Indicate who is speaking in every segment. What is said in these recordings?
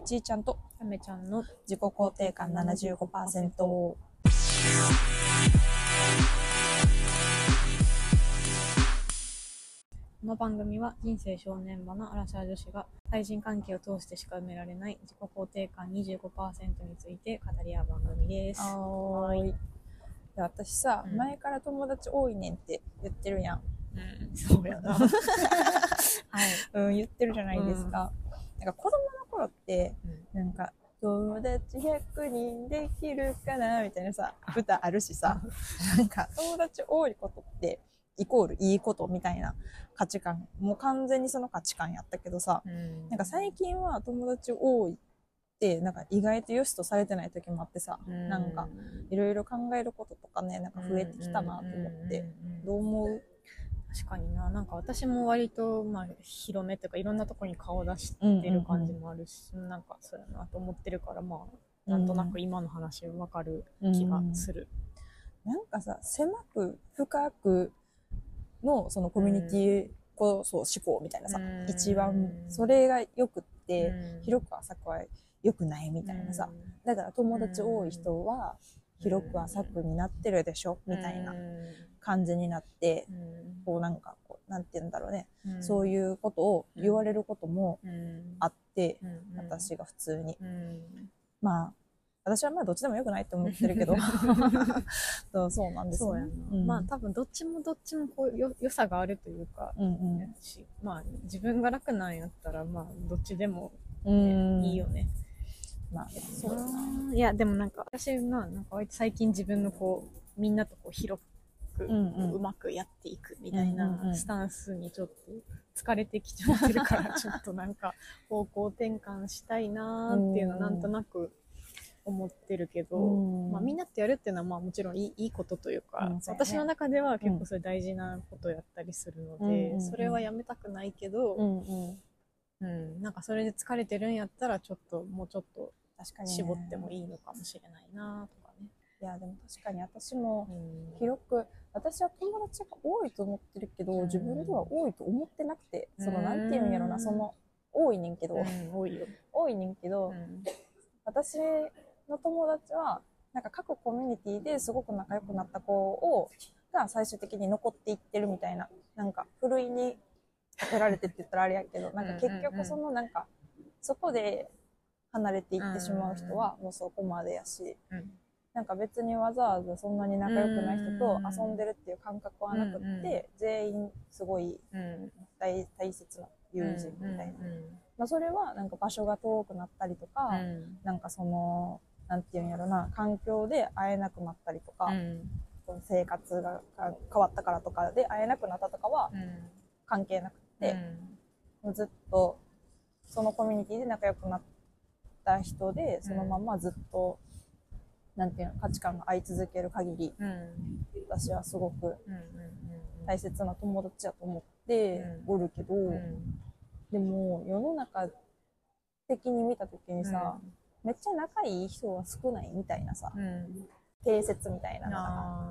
Speaker 1: ちーちゃんと
Speaker 2: やめちゃんの
Speaker 1: 自己肯定感 75%。こ
Speaker 2: の番組は人生正念場のアラサー女子が対人関係を通してしか埋められない自己肯定感 25% について語り合う番組です。
Speaker 1: い。私さ、前から友達多いねんって言ってるやん。
Speaker 2: そうやな。はい。
Speaker 1: 言ってるじゃないですか。なんか子供の頃って、なんか友達100人できるかなみたいなさ、歌あるしさ、なんか友達多いことってイコールいいことみたいな価値観、もう完全にその価値観やったけどさ、なんか最近は友達多いってなんか意外と良しとされてない時もあってさ、なんかいろいろ考えることとかね、なんか増えてきたなと思って、どう思う？
Speaker 2: 確かにな。なんか私も割と、広めというかいろんなところに顔を出してる感じもあるし、なんかそうやなと思ってるから、なんとなく今の話わかる気がする。
Speaker 1: なんかさ、狭く深くのそのコミュニティこそ思考みたいなさ、一番それがよくって、広く浅くは良くないみたいなさ、だから友達多い人は広く浅くになってるでしょみたいな感じになって、こうなんかこうなんて言うんだろうね、そういうことを言われることもあって、私が普通に、私はどっちでもよくないって思ってるけどそうなんですよね。
Speaker 2: 多分どっちもこう良さがあるというか、自分が楽なんやったらどっちでも、いいよね。そうだな。いやでもなんか私なんか割と最近自分のこうみんなとこう広く、うまくやっていくみたいなスタンスにちょっと疲れてきちゃってるからちょっとなんか方向転換したいなーっていうのはなんとなく思ってるけど、みんなってやるっていうのはもちろんいいことというか、私の中では結構それ大事なことやったりするので、それはやめたくないけど、なんかそれで疲れてるんやったらもうちょっと絞ってもいいのかもしれないなとかね。
Speaker 1: いやでも確かに私も広く、私は友達が多いと思ってるけど、自分では多いと思ってなくて、そのなんていうんやろな、その多いねんけど、
Speaker 2: 多いよ。
Speaker 1: 多いねんけど、私の友達はなんか各コミュニティですごく仲良くなった子が最終的に残っていってるみたいな、なんかふるいにかけられてって言ったらあれやけど、なんか結局そのなんかそこで離れていってしまう人はもうそこまでやし、なんか別にわざわざそんなに仲良くない人と遊んでるっていう感覚はなくって、全員すごい大切な友人みたいな、それはなんか場所が遠くなったりとか、なんかそのなんていうんやろな、環境で会えなくなったりとか、生活が変わったからとかで会えなくなったとかは関係なくて、ずっとそのコミュニティで仲良くなった人でそのままずっとなんていうの、価値観が合い続ける限り、私はすごく大切な友達だと思っておるけど、でも世の中的に見た時にさ、めっちゃ仲いい人は少ないみたいなさ、定説みたいなのがあって、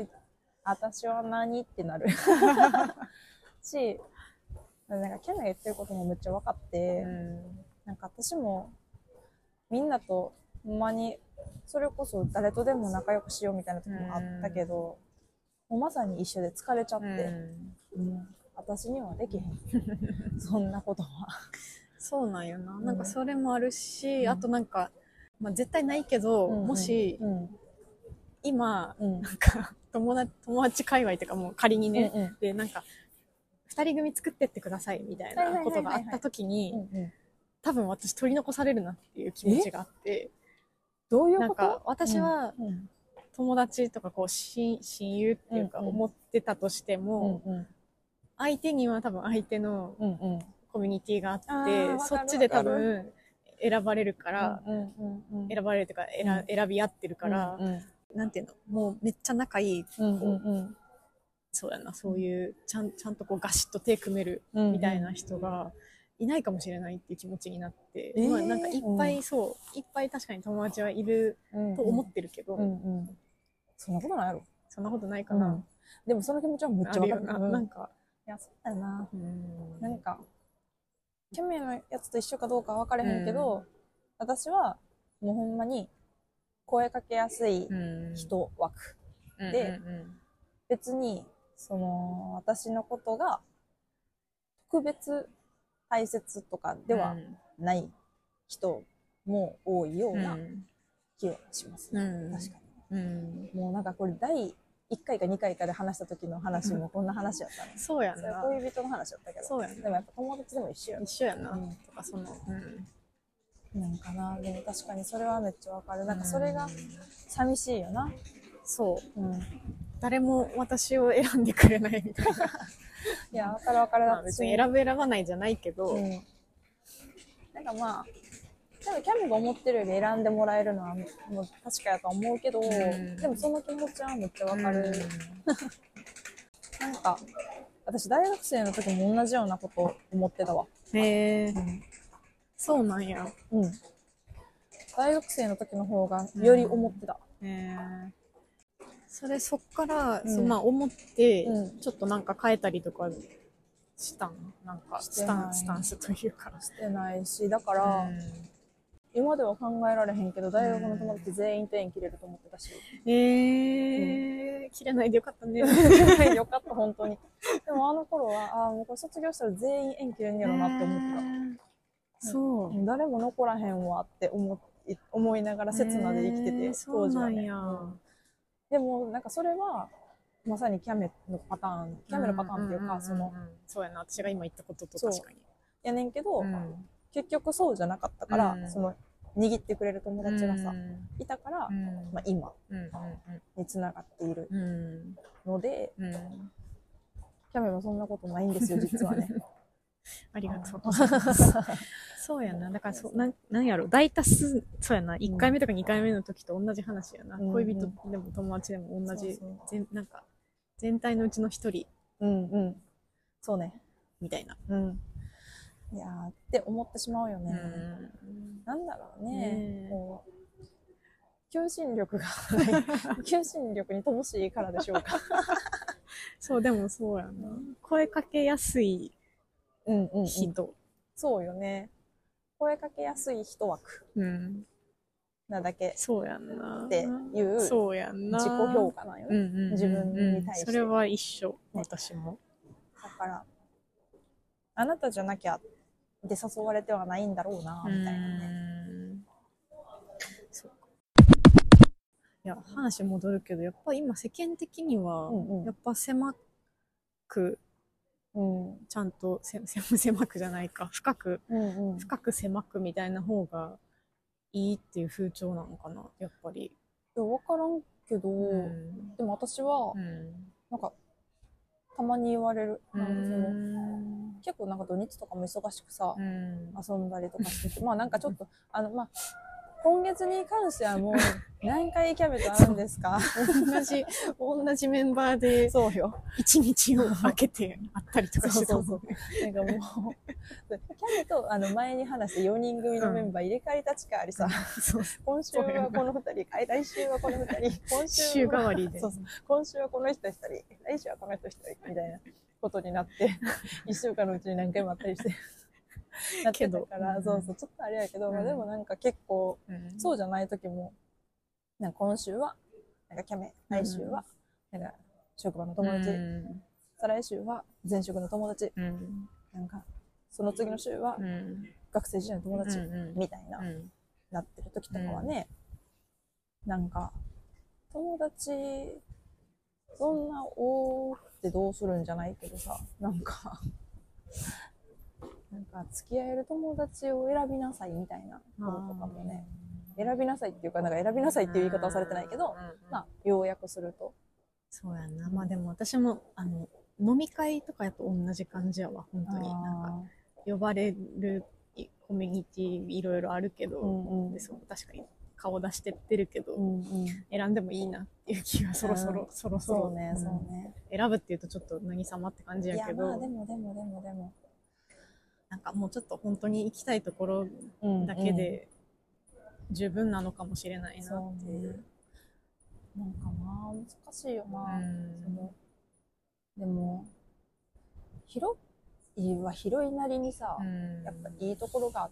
Speaker 1: 私は何ってなるし、なんかケンナが言ってることもめっちゃ分かって、なんか私もみんなとほんまにそれこそ誰とでも仲良くしようみたいな時もあったけど、もうまさに一緒で疲れちゃって、私にはできへんそんなことは。
Speaker 2: そうなんよな。なんかそれもあるし、あとなんか、絶対ないけど、もし、今、なんか友達界隈というかもう仮にね、でなんか2人組作ってってくださいみたいなことがあった時に、多分私取り残されるなっていう気持ちがあって、
Speaker 1: どういうこと？
Speaker 2: なんか私は友達とかこう親友っていうか思ってたとしても、相手には多分相手のコミュニティがあって、そっちで多分選ばれるから、選ばれるというか選び合ってるから、なんていうの、もうめっちゃ仲いい、そうやな、そういうちゃんとこうガシッと手組めるみたいな人がいないかもしれないっていう気持ちになって、なんかいっぱい確かに友達はいると思ってるけど、
Speaker 1: そんなことないやろ。
Speaker 2: そんなことないかな。
Speaker 1: でもその気持ちはめっちゃわかる
Speaker 2: な。なんか
Speaker 1: いやそうだよな。なんかキャメのやつと一緒かどうかは分かれへんけど、私はもうほんまに声かけやすい人枠で、別にその私のことが特別大切とかではない人も多いような気がしますね、確かに、もうなんかこれ第1回か2回かで話した時の話もこんな話やったね。
Speaker 2: そうやな。
Speaker 1: 恋人の話やったけど。
Speaker 2: そうやな。
Speaker 1: でもやっぱ友達でも一緒やな。
Speaker 2: 一緒やな。とかその、
Speaker 1: なんかな、でも確かにそれはめっちゃわかる。なんかそれが寂しいよな。
Speaker 2: そう。誰も私を選んでくれないみたいな。い
Speaker 1: や、わかるわかる。
Speaker 2: まあ、別に選ばないじゃないけど。
Speaker 1: なんかまあ、多分キャミが思ってるより選んでもらえるのはもう確かやと思うけど、でもその気持ちはめっちゃわかる。なんか私大学生の時も同じようなこと思ってたわ。
Speaker 2: へえ、そうなんや。
Speaker 1: 大学生の時の方がより思ってた。
Speaker 2: そっから、まあ思って、ちょっとなんか変えたりとかしたん？なんかスタンスというか。
Speaker 1: してないし、だから、今では考えられへんけど、大学の友達全員と縁切れると思ってたし。
Speaker 2: 切れないでよかったね。
Speaker 1: 切れないでよかった、本当に。でもあの頃は、もうこれ卒業したら全員縁切れんやろなって思ってた。そう。誰も残らへんわって思いながら刹那で生きてて、当時はね。でも、なんかそれは、まさにキャメのパターンっていうか、
Speaker 2: そうやな、私が今言ったことと確かに。
Speaker 1: やねんけど、結局そうじゃなかったから、握ってくれる友達がさ、いたから、まあ、今につながっているので、キャメはそんなことないんですよ、実はね。
Speaker 2: ありがとうございます。そうやな。だからなんやろ、大多数、そうやな。1回目とか2回目の時と同じ話やな。恋人でも友達でも同じ、なんか、全体のうちの一人。
Speaker 1: そうね。
Speaker 2: みたいな。
Speaker 1: いやーって思ってしまうよね。なんだろうね。こう求心力がない。求心力に乏しいからでしょうか。
Speaker 2: そう、でもそうやな。声かけやすい人。
Speaker 1: そうよね。声かけやすい人枠。なだけ。
Speaker 2: そうやんな。
Speaker 1: っていう。
Speaker 2: そうやんな。
Speaker 1: 自己評価なんよね。自分に対して。
Speaker 2: それは一緒。私も。
Speaker 1: だから、あなたじゃなきゃで誘われてはないんだろうな、みたいなね。
Speaker 2: そうか。いや、話戻るけど、やっぱ今世間的には、やっぱ狭く、ちゃんと狭くじゃないか、深く狭くみたいな方がいいっていう風潮なのかな、やっぱり。い
Speaker 1: や、わからんけど、でも私は、なんか、たまに言われる。結構なんか土日とかも忙しくさ、遊んだりとかしてて、まあなんかちょっと、まあ、今月に関してはもう何回キャベと会うんですか？
Speaker 2: 同じメンバーで、
Speaker 1: そうよ。
Speaker 2: 一日を分けて会ったりとかしてた。
Speaker 1: なんかもう、キャベと前に話して4人組のメンバー入れ替え立ち替わりさ、今週はこの2人、来週はこの2人、
Speaker 2: 週替わりで。
Speaker 1: 今週はこの人1人、来週はこの人1人、みたいなことになって、1週間のうちに何回もあったりして。なってたから、そうそう、ちょっとあれやけど、でもなんか結構、そうじゃない時も、なんか今週は、なんかキャメ、来週は、なんか職場の友達、再来週は前職の友達、なんかその次の週は学生時代の友達みたいな、なってる時とかはね、なんか友達そんな多くてどうするんじゃないけどさ、なんか付き合える友達を選びなさいみたいなこととかもね、選びなさいっていうか、なんか選びなさいっていう言い方はされてないけど、まあ要約すると
Speaker 2: そうやな。まあでも私も飲み会とかやと同じ感じやわ、本当に。なんか呼ばれるコミュニティいろいろあるけど、そう確かに顔出してってるけど、選んでもいいなっていう気がそろそろ
Speaker 1: そうね、
Speaker 2: 選ぶっていうとちょっと何様って感じやけど、
Speaker 1: いやまあでも
Speaker 2: なんかもうちょっと本当に行きたいところだけで十分なのかもしれないなっていう。
Speaker 1: なんかな、難しいよな。でも広は広いなりにさ、やっぱいいところがあって、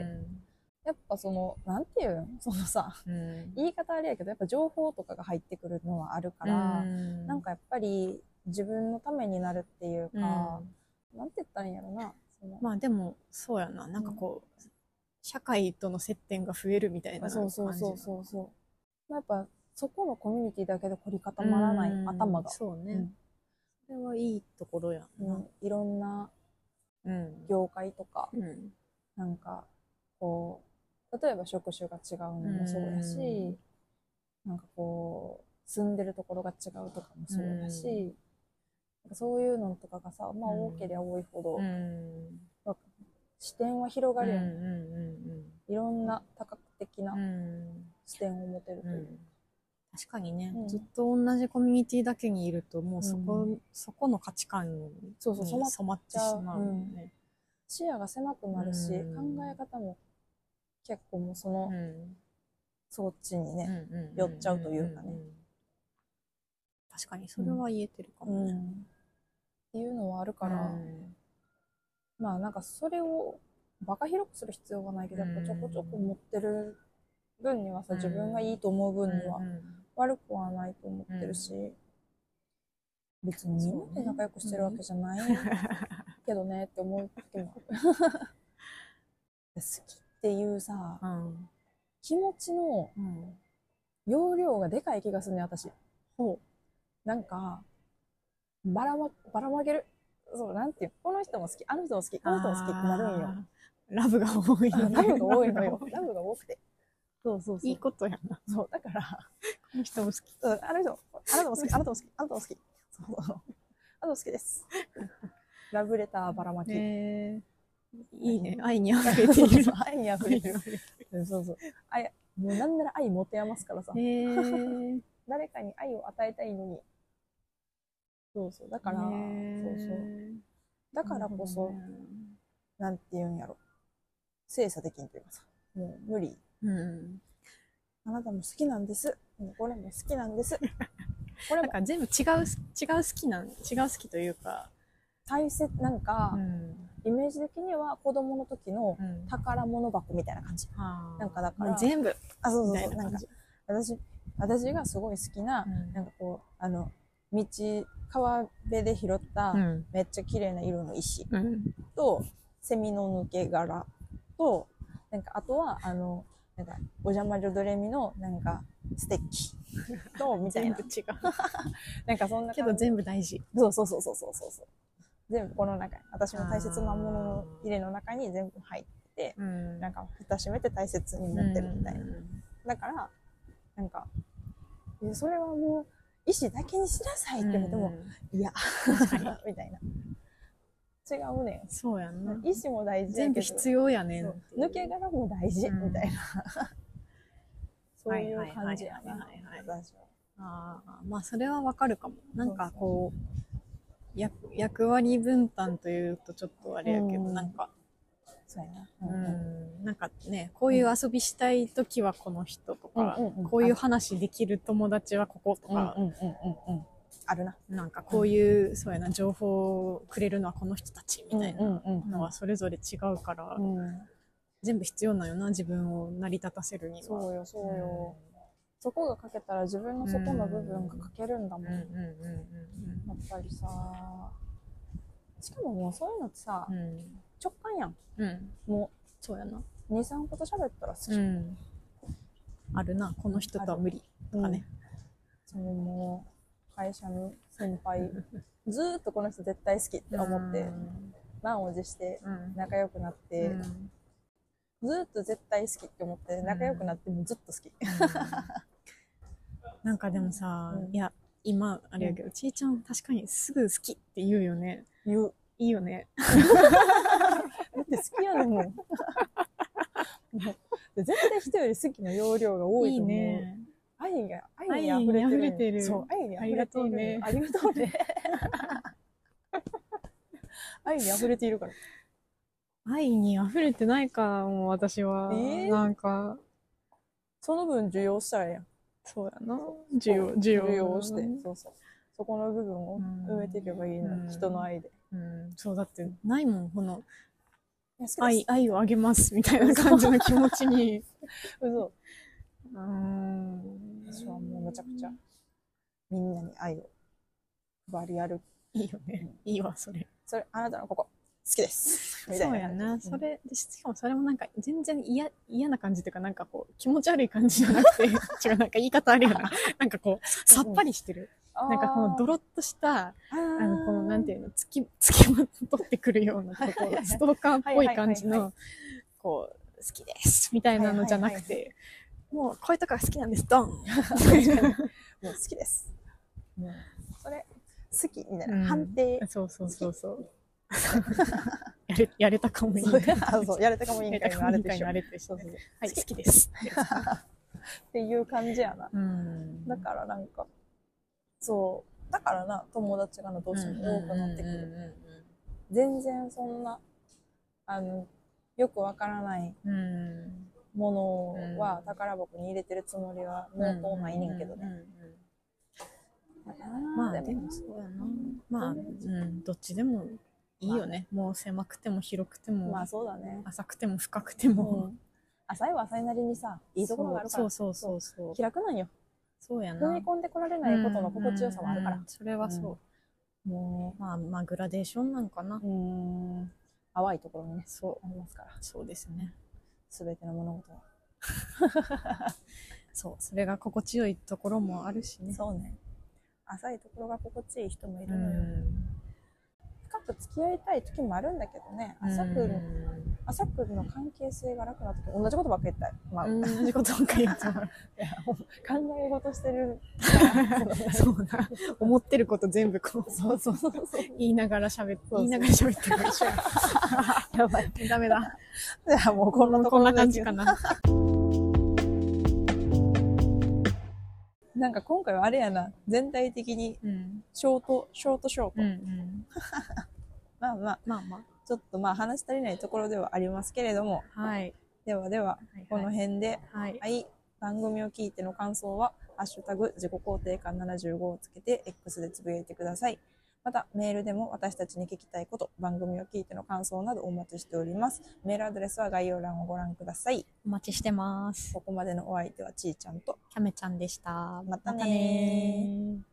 Speaker 1: やっぱなんていうのそのさ、言い方あれやけど、やっぱ情報とかが入ってくるのはあるから、なんかやっぱり自分のためになるっていうか、なんて言ったらいいんやろな。
Speaker 2: まあでも、そうやな。なんかこう、社会との接点が増えるみたいな感じ。
Speaker 1: やっぱそこのコミュニティだけで凝り固まらない頭が。
Speaker 2: そうね。それはいいところやな。
Speaker 1: いろんな業界とか、なんかこう、例えば職種が違うのもそうやし、なんかこう、住んでるところが違うとかもそうやし、そういうのとかがさ、まあ多ければ多いほど、視点は広がるよね。いろんな多角的な視点を持てるという。
Speaker 2: 確かにね、ずっと同じコミュニティだけにいると、もうそこの価値観に染まってしまうね。
Speaker 1: 視野が狭くなるし、考え方も結構もうそっちにね、寄っちゃうというかね。
Speaker 2: 確かにそれは言えてるかもね。
Speaker 1: っていうのはあるから、まあなんかそれをバカ広くする必要はないけど、やっぱちょこちょこ持ってる分にはさ、自分がいいと思う分には悪くはないと思ってるし、別にみんなで仲良くしてるわけじゃないけどねって思う時もある。好きっていうさ、気持ちの容量がでかい気がするね、私。なんか、ばらまげる。そう、なんていう、この人も好き、あの人も好き、この人も好きってなるんよ。
Speaker 2: ラブが多い。
Speaker 1: ラブが多いのよ。ラブが多くて。
Speaker 2: いいことやな。
Speaker 1: そう、だから、
Speaker 2: この人も好き。
Speaker 1: あなたも好き、あなたも好き、あなたも好き。そう。あなたも好きです。ラブレターばらまき。
Speaker 2: いいね。愛に溢れている。
Speaker 1: 愛に溢れてる。そう。もうなんなら愛持て余すからさ。誰かに愛を与えたいのに。だから、だからこそ、なんて言うんやろ。精査できんというかさ、もう無理。あなたも好きなんです。これも好きなんです。
Speaker 2: これなんか全部違う好きというか、
Speaker 1: 大切、なんか、イメージ的には子供の時の宝物箱みたいな感じ。なんかだから、
Speaker 2: 全部。
Speaker 1: そう。なんか、私がすごい好きな、なんかこう、川辺で拾っためっちゃ綺麗な色の石と、セミの抜け殻と、なんかあとはなんかお邪魔女ドレミのなんかステッキとみたいな。
Speaker 2: 全部違う。
Speaker 1: なんかそんな
Speaker 2: けど全部大事。
Speaker 1: そう。全部この中に、私の大切なものの入れの中に全部入って、なんか蓋閉めて大切に持ってるみたいな。だから、なんか、それはもう、石だけにしなさいって言われても、いや、みたいな。違うねん。
Speaker 2: そうやんな。
Speaker 1: 石も大事やけど。
Speaker 2: 全部必要やねん。
Speaker 1: 抜け殻も大事、みたいな。そういう感じやな、私は。
Speaker 2: まあ、それはわかるかも。なんかこう、役割分担というとちょっとあれやけど、なんか、
Speaker 1: そうやな。
Speaker 2: なんかね、こういう遊びしたいときはこの人とか、こういう話できる友達はこことか、
Speaker 1: あるな。
Speaker 2: なんかこういう、そうやな、情報をくれるのはこの人たちみたいなのはそれぞれ違うから、全部必要なんよな、自分を成り立たせるには。
Speaker 1: そうよ。そこが欠けたら自分のそこの部分が欠けるんだもん。やっぱりさ、しかももうそういうのってさ、直感やん。もう、
Speaker 2: そうやな。
Speaker 1: 2、3個と喋ったら好き。
Speaker 2: あるな、この人とは無理とかね。
Speaker 1: もう、会社の先輩、ずーっとこの人絶対好きって思って、満を持して仲良くなって、ずーっと絶対好きって思って仲良くなってもずっと好き。
Speaker 2: なんかでもさ、いや、今、あれやけど、ちーちゃん確かにすぐ好きって言うよね。いいよね。
Speaker 1: だって好きやねんもん。絶対人より好きな容量が多いと思う。いいね。愛に溢れてる。そう、愛に溢れている。ありがとうね。愛に溢れているから。
Speaker 2: 愛に溢れてないかも、私は。なんか。
Speaker 1: その分受容したらええやん。
Speaker 2: そうやな。
Speaker 1: 受容して。 そこの部分を埋めていけばいいの、人の愛で。
Speaker 2: そうだってないもん、この愛をあげますみたいな感じの気持ちに。
Speaker 1: 嘘。私はもうめちゃくちゃみんなに愛を配りやる。
Speaker 2: いいよね。いいわ、それ。
Speaker 1: あなたのここ好きです。みたいな。
Speaker 2: そうやな。それ、しかもそれもなんか全然嫌な感じっていうか、なんかこう気持ち悪い感じじゃなくて、違う、なんか言い方あるよな。なんかこう、さっぱりしてる。なんかこのドロッとした、このなんていうの、付きまとってくるような、ストーカーっぽい感じの、こう、好きですみたいなのじゃなくて、もうこういうとこが好きなんです、ドン。もう好
Speaker 1: きです。もうそれ好きみたいな判定。
Speaker 2: そう。やれたかもいい。
Speaker 1: やれたかもいいみたいなあれでしょ。はい、
Speaker 2: 好きです。
Speaker 1: っていう感じやな。だからなんか、そう。だからな、友達がどうしても多くなってくる。全然そんな、よくわからないものは宝箱に入れてるつもりはもうとないねんけどね。
Speaker 2: まあでもそうやな。まあ、どっちでもいいよね。もう狭くても広くても、
Speaker 1: まあそうだね。
Speaker 2: 浅くても深くても。
Speaker 1: 浅いは浅いなりにさ、いいところがあるから。そう。気楽なんよ。
Speaker 2: そうやな。
Speaker 1: 踏み込んでこられないことの心地よさはあるから。
Speaker 2: それはそう。もう、まあグラデーションなんかな。
Speaker 1: 淡いところにね、ありますから。
Speaker 2: そうですね。
Speaker 1: すべての物事は。
Speaker 2: そう、それが心地よいところもあるしね。
Speaker 1: そうね。浅いところが心地いい人もいるのよ。深く付き合いたい時もあるんだけどね、浅くの関係性が楽な時、同じことばっかり言ったい。
Speaker 2: 同じことばっかり言った
Speaker 1: 考え事してる。
Speaker 2: そうな。思ってること全部こう。
Speaker 1: そう。
Speaker 2: 言いながら喋ってるから一緒や。やばい。ダメだ。
Speaker 1: じゃあもうこんなところ
Speaker 2: こんな感じかな。
Speaker 1: なんか今回はあれやな、全体的にショート。まあ、ちょっと話し足りないところではありますけれども、では、この辺で、番組を聞いての感想は、ハッシュタグ自己肯定感75をつけて X でつぶやいてください。また、メールでも私たちに聞きたいこと、番組を聞いての感想などお待ちしております。メールアドレスは概要欄をご覧ください。
Speaker 2: お待ちしてます。
Speaker 1: ここまでのお相手はちーちゃんと
Speaker 2: キャメちゃんでした。
Speaker 1: またねー。